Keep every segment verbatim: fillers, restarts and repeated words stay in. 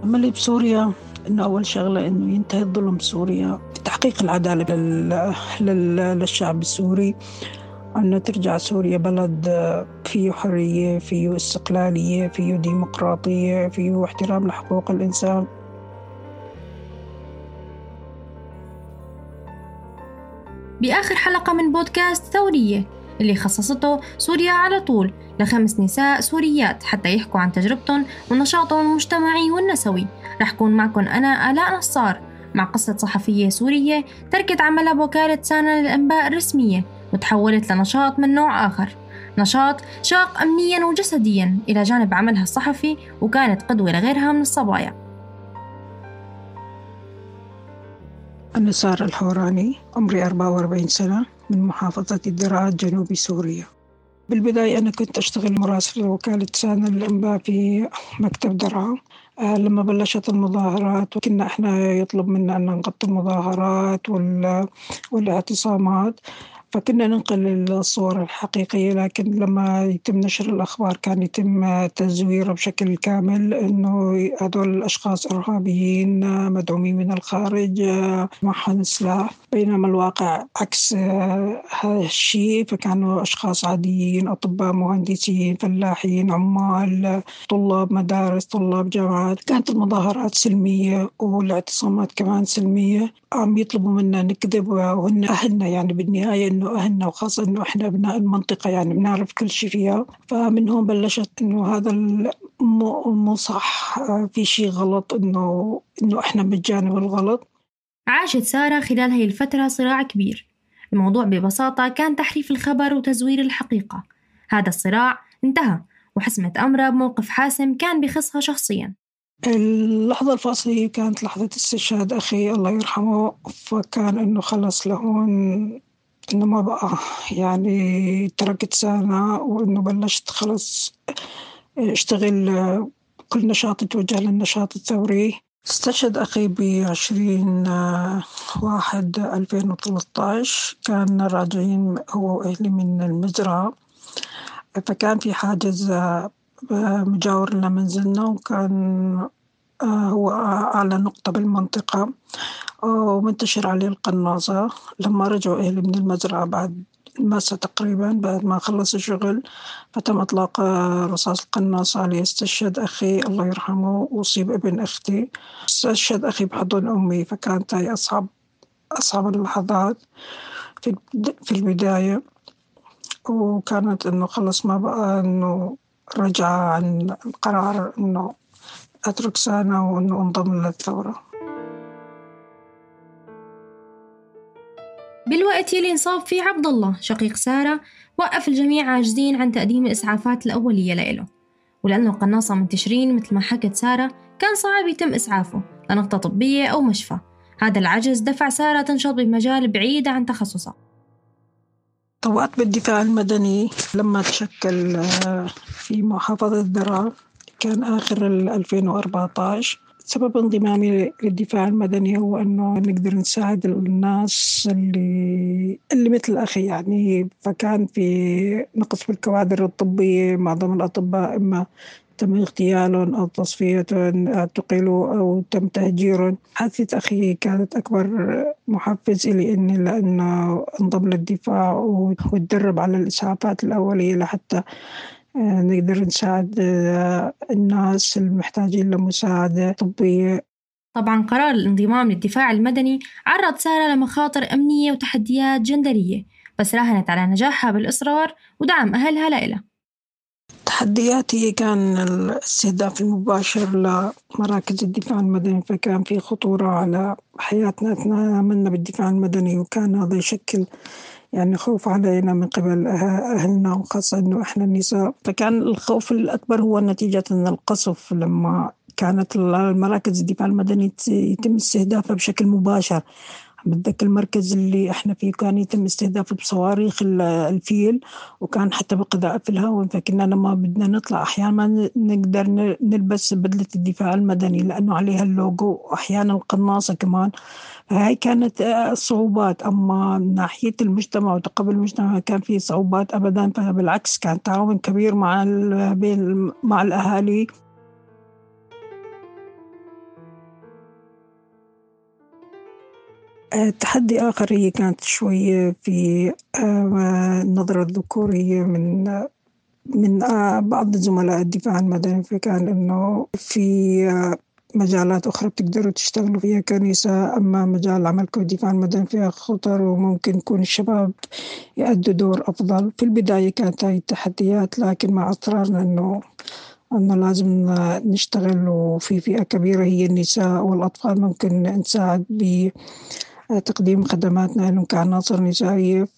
عملي بسوريا إنه أول شغلة إنه ينتهي الظلم بسوريا، تحقيق العدالة لل... لل... للشعب السوري، أن ترجع سوريا بلد فيه حرية، فيه استقلالية، فيه ديمقراطية، فيه احترام لحقوق الإنسان. بآخر حلقة من بودكاست ثورية اللي خصصته سوريا على طول لخمس نساء سوريات حتى يحكوا عن تجربتهم ونشاطهم المجتمعي والنسوي، رح كون معكم أنا آلاء نصار مع قصة صحفية سورية تركت عملها بوكالة سانا للأنباء الرسمية وتحولت لنشاط من نوع آخر، نشاط شاق أمنياً وجسدياً إلى جانب عملها الصحفي، وكانت قدوة لغيرها من الصبايا. أنا سارة الحوراني، عمري أربعة وأربعين سنة، من محافظة الدرعا جنوب سوريا. بالبداية أنا كنت أشتغل مراسلة وكالة سانا للأنباء في مكتب درعا. آه لما بلشت المظاهرات وكنا إحنا يطلب منا أن نغطي المظاهرات والاعتصامات، فكنا ننقل الصور الحقيقية، لكن لما يتم نشر الأخبار كان يتم تزويره بشكل كامل إنه هذول الأشخاص إرهابيين مدعومين من الخارج معهم سلاح، بينما الواقع عكس هذا الشيء. فكانوا أشخاص عاديين، أطباء، مهندسين، فلاحين، عمال، طلاب مدارس، طلاب جامعات. كانت المظاهرات سلمية والاعتصامات كمان سلمية. عم يطلبوا منا نكذب وهن أهلنا، يعني بالنهاية إنه أهلنا، وخاصة إنه إحنا أبناء المنطقة يعني بنعرف كل شيء فيها. فمن هون بلشت إنه هذا مو صح، في شيء غلط، إنه إنه إحنا بالجانب الغلط. عاشت سارة خلال هاي الفترة صراع كبير. الموضوع ببساطة كان تحريف الخبر وتزوير الحقيقة. هذا الصراع انتهى وحسمت أمرها بموقف حاسم كان بخصها شخصياً. اللحظة الفاصلة كانت لحظة استشهاد أخي الله يرحمه، فكان إنه خلص لهون، إنه ما بقى يعني تركت سنة، وإنه بلشت خلص اشتغل كل نشاط يتوجه للنشاط الثوري. استشهد أخي بعشرين واحد ألفين وثلاثة عشر، كان راجعين هو وأهلي من المزرعة، فكان في حاجز مجاور لمنزلنا، وكان هو أعلى نقطة بالمنطقة ومنتشر عليه القناصة. لما رجعوا أهلي من المزرعة بعد المساء تقريبا، بعد ما خلص الشغل، فتم إطلاق رصاص القناصة عليه. استشهد أخي الله يرحمه، وأصيب ابن أختي. استشهد أخي بحضن أمي، فكانت هاي أصعب أصعب اللحظات في في البداية. وكانت إنه خلص ما بقى إنه رجع عن القرار إنه أترك سانا وإنه انضم للثورة. بالوقت يلي انصاب فيه عبد الله شقيق سارة، وقف الجميع عاجزين عن تقديم الإسعافات الأولية لإله، ولأنه القناصة منتشرين مثل ما حكت سارة كان صعب يتم إسعافه لنقطة طبية أو مشفى. هذا العجز دفع سارة تنشط بمجال بعيد عن تخصصها. طوعت بالدفاع المدني لما تشكل في محافظة درعا، كان آخر ألفين وأربعة عشر. سبب انضمامي للدفاع المدني هو أنه نقدر نساعد الناس اللي اللي مثل أخي يعني. فكان في نقص في الكوادر الطبية، معظم الأطباء إما تم اغتيالهم أو تصفيتهم، اعتقلوا أو تم تهجيرهم. حادثة أخي كانت أكبر محفز إلي إني لأنه انضم للدفاع وتدرب على الإسعافات الأولية لحتى نقدر نساعد الناس المحتاجين لمساعدة طبية. طبعا قرار الانضمام للدفاع المدني عرض سارة لمخاطر أمنية وتحديات جندرية، بس راهنت على نجاحها بالإصرار ودعم أهلها لإلها. تحدياتي كان الاستهداف المباشر لمراكز الدفاع المدني، فكان في خطورة على حياتنا أثناء عملنا بالدفاع المدني، وكان هذا يشكل يعني خوف علينا من قبل أهلنا، وخاصة أنه إحنا النساء. فكان الخوف الأكبر هو نتيجة أن القصف، لما كانت المراكز الدفاع المدني يتم استهدافها بشكل مباشر. بتذكر المركز اللي احنا فيه كان يتم استهدافه بصواريخ الفيل، وكان حتى بقذائف في الهواء. فكنا لما بدنا نطلع أحيانا ما نقدر نلبس بدلة الدفاع المدني لأنه عليها اللوجو، وأحيانا القناصة كمان. هاي كانت الصعوبات. أما من ناحية المجتمع وتقبل المجتمع كان فيه صعوبات أبدا، فبالعكس كان تعاون كبير مع مع الأهالي. تحدي آخر هي كانت شوية في النظرة الذكورية من من بعض زملاء الدفاع المدني، فكان إنه في مجالات أخرى بتقدروا تشتغلوا فيها كنساء، أما مجال عملكم الدفاع المدني فيها خطر وممكن يكون الشباب يأدوا دور أفضل. في البداية كانت هاي التحديات، لكن مع إصرارنا إنه إنه لازم نشتغل، وفي فئة كبيرة هي النساء والأطفال ممكن نساعد بتقديم خدماتنا لهم كعناصر نسائية،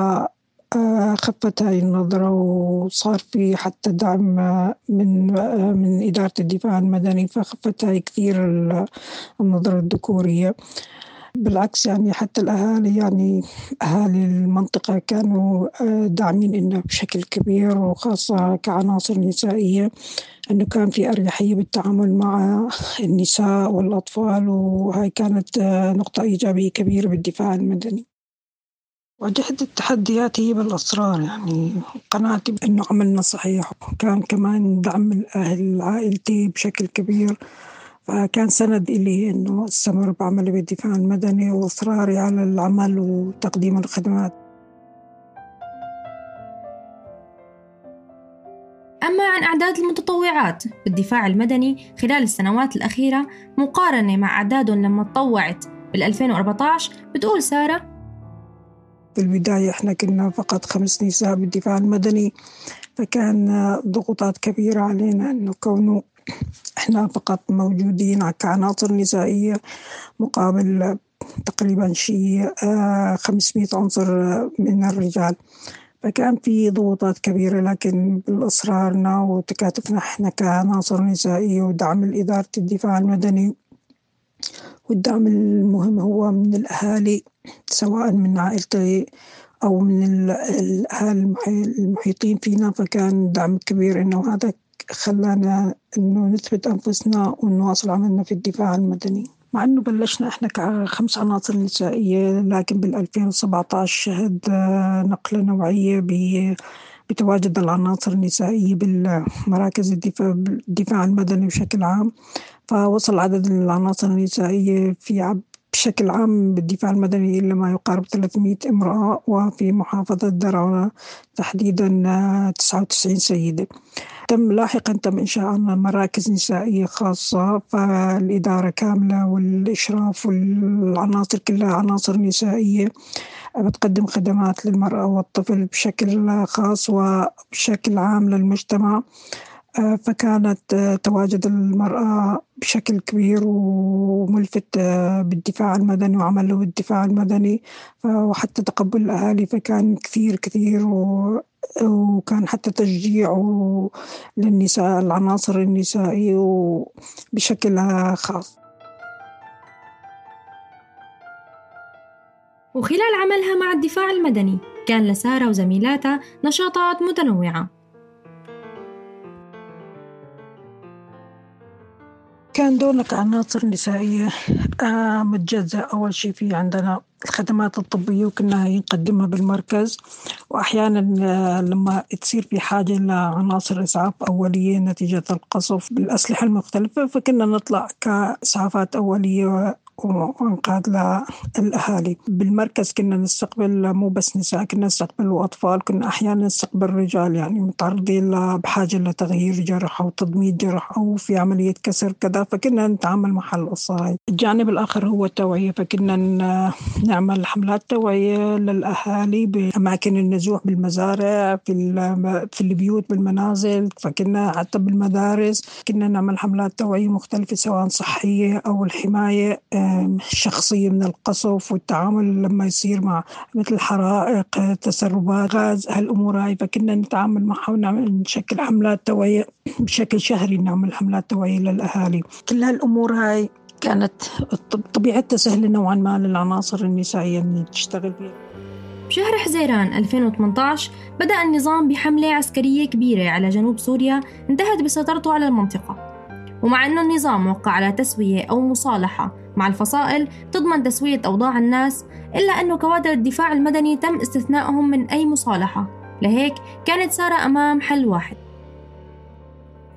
فخفت هاي النظرة وصار في حتى دعم من من إدارة الدفاع المدني، فخفت هاي كثير النظرة الذكورية. بالعكس يعني حتى الأهالي يعني أهالي المنطقة كانوا داعمين إنه بشكل كبير، وخاصة كعناصر نسائية إنه كان في أريحية بالتعامل مع النساء والأطفال، وهاي كانت نقطة إيجابية كبيرة بالدفاع المدني. واجهت التحديات هي بالإصرار، يعني قناعتي بأنه عملنا صحيح، وكان كمان دعم الأهل عائلتي بشكل كبير، فكان سند إلي إنه استمر بعملي بالدفاع المدني وإصراري على العمل وتقديم الخدمات. أما عن أعداد المتطوعات بالدفاع المدني خلال السنوات الأخيرة مقارنة مع أعدادهم لما تطوعت بالألفين وأربعة عشر، بتقول سارة: في البداية إحنا كنا فقط خمس نساء بالدفاع المدني، فكان ضغوطات كبيرة علينا إنه كونه إحنا فقط موجودين كعناصر نسائية مقابل تقريبا شيء خمسمائة عنصر من الرجال، فكان في ضغوطات كبيرة. لكن بالإصرارنا وتكاتفنا إحنا كعناصر نسائية ودعم الإدارة الدفاع المدني، والدعم المهم هو من الأهالي سواء من عائلتي أو من الأهالي المحيطين فينا، فكان دعم كبير إنه هذا خلانا إنه نثبت أنفسنا ونواصل عملنا في الدفاع المدني. مع إنه بلشنا إحنا كخمس عناصر نسائية، لكن بالألفين وسبعة عشر شهد نقلة نوعية بتواجد العناصر النسائية بالمراكز الدفاع, الدفاع المدني بشكل عام، فوصل عدد العناصر النسائية في بشكل عام بالدفاع المدني إلى ما يقارب ثلاثمائة امرأة، وفي محافظة درعا تحديدا تسعة وتسعين سيدة. تم لاحقا تم إنشاء مراكز نسائية خاصة، فالإدارة كاملة والإشراف والعناصر كلها عناصر نسائية بتقدم خدمات للمرأة والطفل بشكل خاص وبشكل عام للمجتمع. فكانت تواجد المرأة بشكل كبير وملفت بالدفاع المدني وعمله بالدفاع المدني، وحتى تقبل الأهالي فكان كثير كثير، وكان حتى تشجيع للنساء العناصر النسائية بشكل خاص. وخلال عملها مع الدفاع المدني كان لسارة وزميلاتها نشاطات متنوعة. كان دورنا كعناصر نسائية آه متجزأ. أول شيء في عندنا الخدمات الطبية وكنا نقدمها بالمركز، وأحيانا آه لما تصير في حاجة لعناصر إسعاف أولية نتيجة القصف بالأسلحة المختلفة، فكنا نطلع كإسعافات أولية وانقاذ للأهالي. بالمركز كنا نستقبل مو بس نساء، كنا نستقبل أطفال، كنا أحيانا نستقبل رجال يعني متعرضين بحاجة لتغيير جرح أو تضميد جرح أو في عملية كسر كذا، فكنا نتعامل مع القصة هاي. الجانب الآخر هو التوعية، فكنا نعمل حملات توعية للأهالي بأماكن النزوح بالمزارع، في في البيوت بالمنازل، فكنا حتى بالمدارس كنا نعمل حملات توعية مختلفة سواء صحية أو الحماية الشخصية من القصف والتعامل لما يصير مع مثل حرائق تسربات غاز هالأمور هاي، فكنا نتعامل معها ونعمل نشكل حملات توعية بشكل شهري، نعمل حملات توعية للأهالي. كل هالأمور هاي كانت طبيعتها سهلة نوعا ما للعناصر النسائية اللي تشتغل فيها. بشهر حزيران ألفين وثمانية عشر بدأ النظام بحملة عسكرية كبيرة على جنوب سوريا انتهت بسيطرته على المنطقة، ومع أنه النظام وقع على تسوية أو مصالحة مع الفصائل تضمن تسوية أوضاع الناس، إلا أنه كوادر الدفاع المدني تم استثنائهم من أي مصالحة. لهيك كانت سارة أمام حل واحد.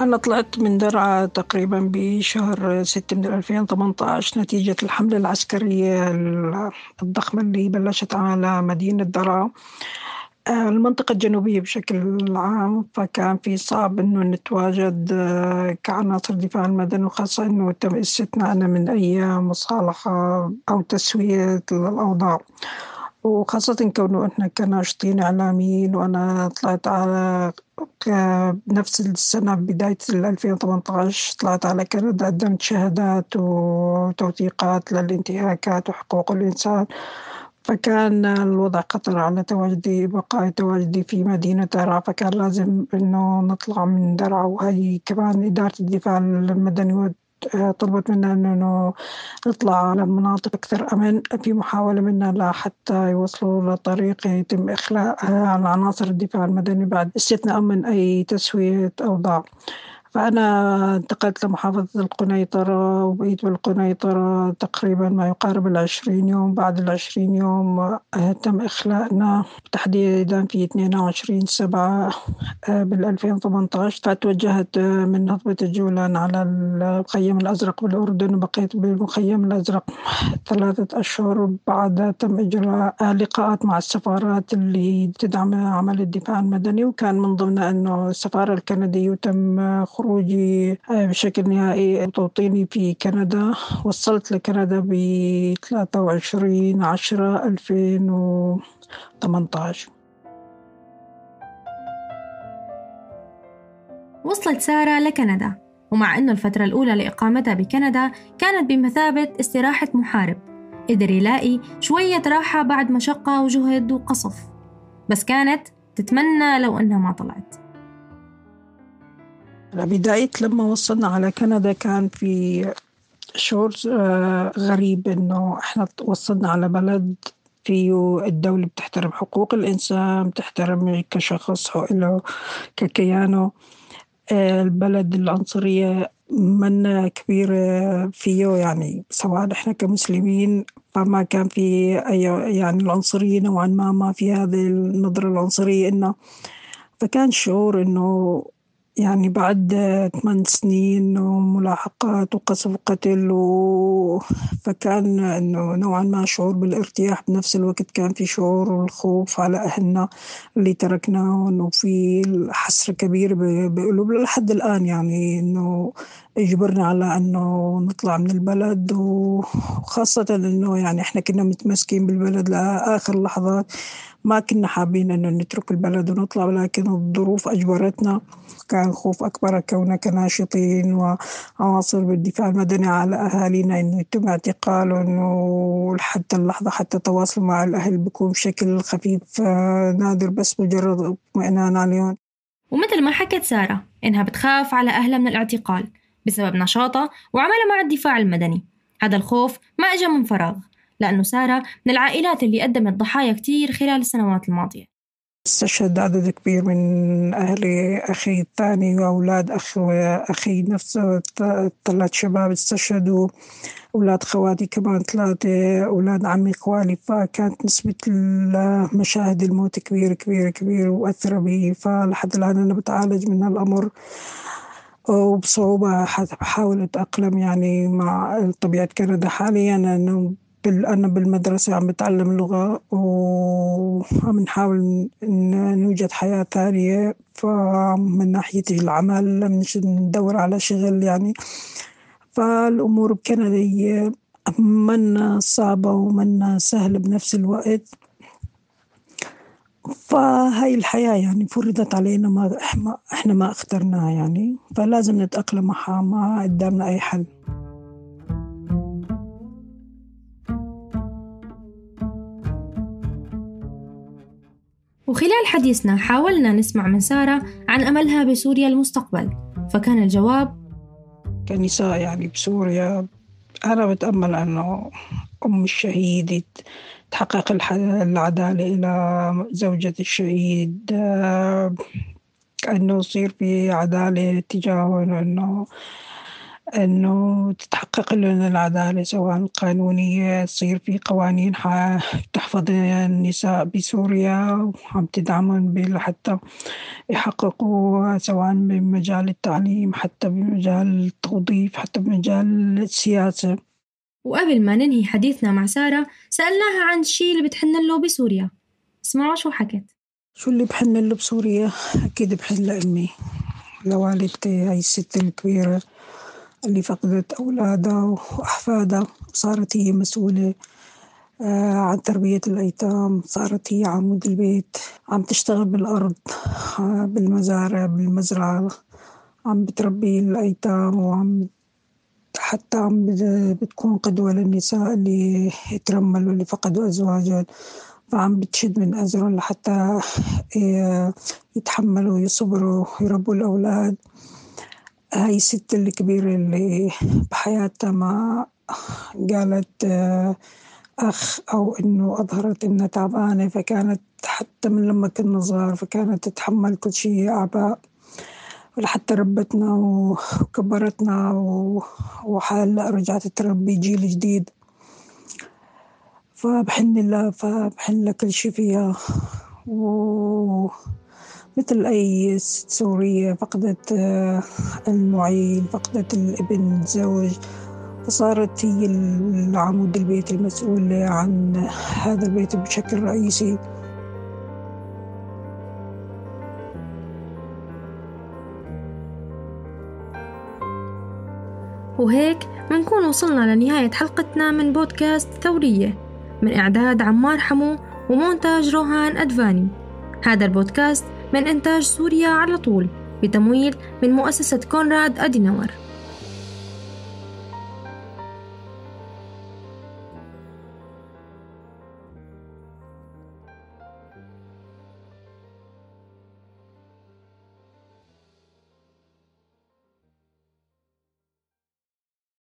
أنا طلعت من درعا تقريبا بشهر ستة من ألفين وثمانية عشر نتيجة الحملة العسكرية الضخمة اللي بلشت على مدينة درعا، المنطقة الجنوبية بشكل عام. فكان في صعب إنه نتواجد كعناصر دفاع المدني، وخاصة إنه تم استثناءنا من أي مصالحة أو تسوية الأوضاع، وخاصة كونه إحنا كناشطين إعلاميين. وأنا طلعت على بنفس السنة بداية ألفين وثمانية عشر طلعت على كندا، قدمت شهادات وتوثيقات للانتهاكات وحقوق الإنسان. فكان الوضع خطر على تواجدي بقاء تواجدي في مدينة درعا، فكان لازم إنه نطلع من درعا. وهي كمان إدارة الدفاع المدني طلبت منا إنه نطلع على مناطق أكثر أمن، في محاولة منا لحتى يوصلوا لطريق يتم إخلاء عن عناصر الدفاع المدني بعد استثناء من أي تسوية أوضاع. فأنا انتقلت لمحافظة القنيطرة، وبقيت بالقنيطرة تقريبا ما يقارب العشرين يوم. بعد العشرين يوم تم إخلاءنا تحديدا في اثنين وعشرين سبعة بالألفين وثمانية عشر. فتوجهت من هضبة الجولان على المخيم الأزرق بالأردن، وبقيت بالمخيم الأزرق ثلاثة أشهر. بعد تم إجراء لقاءات مع السفارات اللي تدعم عمل الدفاع المدني، وكان من ضمنها أنه السفارة الكندية وتم خروجي بشكل نهائي توطيني في كندا. وصلت لكندا ب ثلاثة وعشرين عشرة ألفين وثمانية عشر. وصلت سارة لكندا، ومع أنه الفترة الأولى لإقامتها بكندا كانت بمثابة استراحة محارب، قدر يلاقي شوية راحة بعد مشقة وجهد وقصف، بس كانت تتمنى لو أنها ما طلعت. بداية لما وصلنا على كندا كان في شعور غريب إنه إحنا وصلنا على بلد فيه الدولة بتحترم حقوق الإنسان، بتحترم كشخص له ككيانه. البلد العنصرية منا كبيرة فيه، يعني سواء إحنا كمسلمين فما كان في أي يعني العنصرية نوعا ما ما في هذه النظرة العنصرية إنه. فكان شعور إنه يعني بعد ثمان سنين وملاحقات وقصف وقتل و... فكان إنه نوعا ما شعور بالارتياح، بنفس الوقت كان في شعور الخوف على أهلنا اللي تركناهم، وفي حسرة كبيرة بقلوب لحد الآن، يعني إنه يجبرنا على إنه نطلع من البلد. وخاصة إنه يعني إحنا كنا متمسكين بالبلد لآخر لحظات، ما كنا حابين إنه نترك البلد ونطلع، ولكن الظروف أجبرتنا. كان خوف أكبر كوننا كناشطين وعناصر بالدفاع المدني على أهالينا إنه يتم اعتقالهم، وحتى اللحظة حتى تواصل مع الأهل بيكون بشكل خفيف نادر، بس مجرد اطمئنان عليهم. ومثل ما حكت سارة إنها بتخاف على أهلها من الاعتقال بسبب نشاطها وعملها مع الدفاع المدني. هذا الخوف ما أجا من فراغ، لأنه سارة من العائلات اللي قدمت ضحايا كتير خلال السنوات الماضية. استشهد عدد كبير من أهلي، أخي الثاني وأولاد أخ أخي نفسه ثلاث شباب استشهدوا، أولاد خواتي كمان ثلاثة، أولاد عمي خوالي. فكانت نسبة المشاهد الموت كبير كبير كبير وأثر بي. فلحد الآن أنا بتعالج من هالأمر وبصعوبة، بحاول أتأقلم يعني مع طبيعة كندا حاليا. أنا أنا بالمدرسة عم بتعلم اللغة، وعم نحاول نوجد حياة ثانية. فمن ناحية العمل مش ندور على شغل يعني. فالأمور بكندا منا صعبة ومنا سهلة بنفس الوقت. فهاي الحياة يعني فرضت علينا، ما إحنا ما اخترناها يعني، فلازم نتأقلم معها، ما قدامنا أي حل. وخلال حديثنا حاولنا نسمع من سارة عن أملها بسوريا المستقبل، فكان الجواب: كنساء يعني بسوريا أنا بتأمل أنه أم الشهيد تحقق العدالة إلى زوجة الشهيد، أنه يصير في عدالة تجاهه، أنه إنه تتحقق لنا العدالة سواء القانونية، تصير في قوانين تحفظ النساء بسوريا وعم تدعمهم حتى يحققوا سواء بمجال التعليم حتى بمجال التوظيف حتى بمجال السياسة. وقبل ما ننهي حديثنا مع سارة سألناها عن الشي اللي بتحن له بسوريا. اسمعوا شو حكت. شو اللي بحن له بسوريا؟ أكيد بحن لأمي، لوالدتي، هاي الست الكبيرة اللي فقدت أولادها وأحفادها، صارت هي مسؤولة آه عن تربية الأيتام، صارت هي عمود البيت، عم تشتغل بالأرض آه بالمزارع بالمزرعة، عم بتربي الأيتام وعم حتى عم بتكون قدوة للنساء اللي يترملوا اللي فقدوا أزواجهم، فعم بتشد من أزرهم لحتى يتحملوا يصبروا يربوا الأولاد. هاي الست الكبيرة اللي بحياتها ما قالت أخ أو إنه أظهرت إنها تعبانة، فكانت حتى من لما كنا صغار فكانت تتحمل كل شيء أعباء، ولحتى ربتنا وكبرتنا وحالة رجعت تربي جيل جديد. فبحن لها فبحن لها كل شي فيها، ومثل أي ست سورية فقدت المعين، فقدت الابن الزوج، فصارت هي العمود البيت المسؤولة عن هذا البيت بشكل رئيسي. وهيك منكون وصلنا لنهاية حلقتنا من بودكاست ثورية، من إعداد عمار حمو ومونتاج روهان أدفاني. هذا البودكاست من إنتاج سوريا على طول بتمويل من مؤسسة كونراد أديناور.